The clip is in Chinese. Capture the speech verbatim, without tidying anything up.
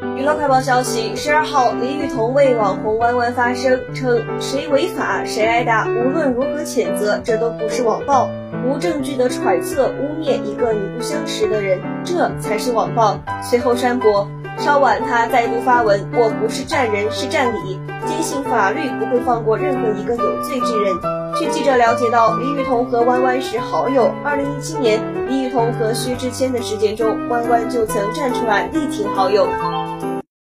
娱乐快报消息，十二号，李雨桐为网红弯弯发声，称谁违法谁挨打，无论如何谴责，这都不是网暴，无证据的揣测污蔑一个你不相识的人，这才是网暴。随后删博。稍晚，他再度发文：我不是站人，是站理，坚信法律不会放过任何一个有罪之人。据记者了解到，李雨桐和弯弯是好友。二零一七年，李雨桐和薛之谦的事件中，弯弯就曾站出来力挺好友。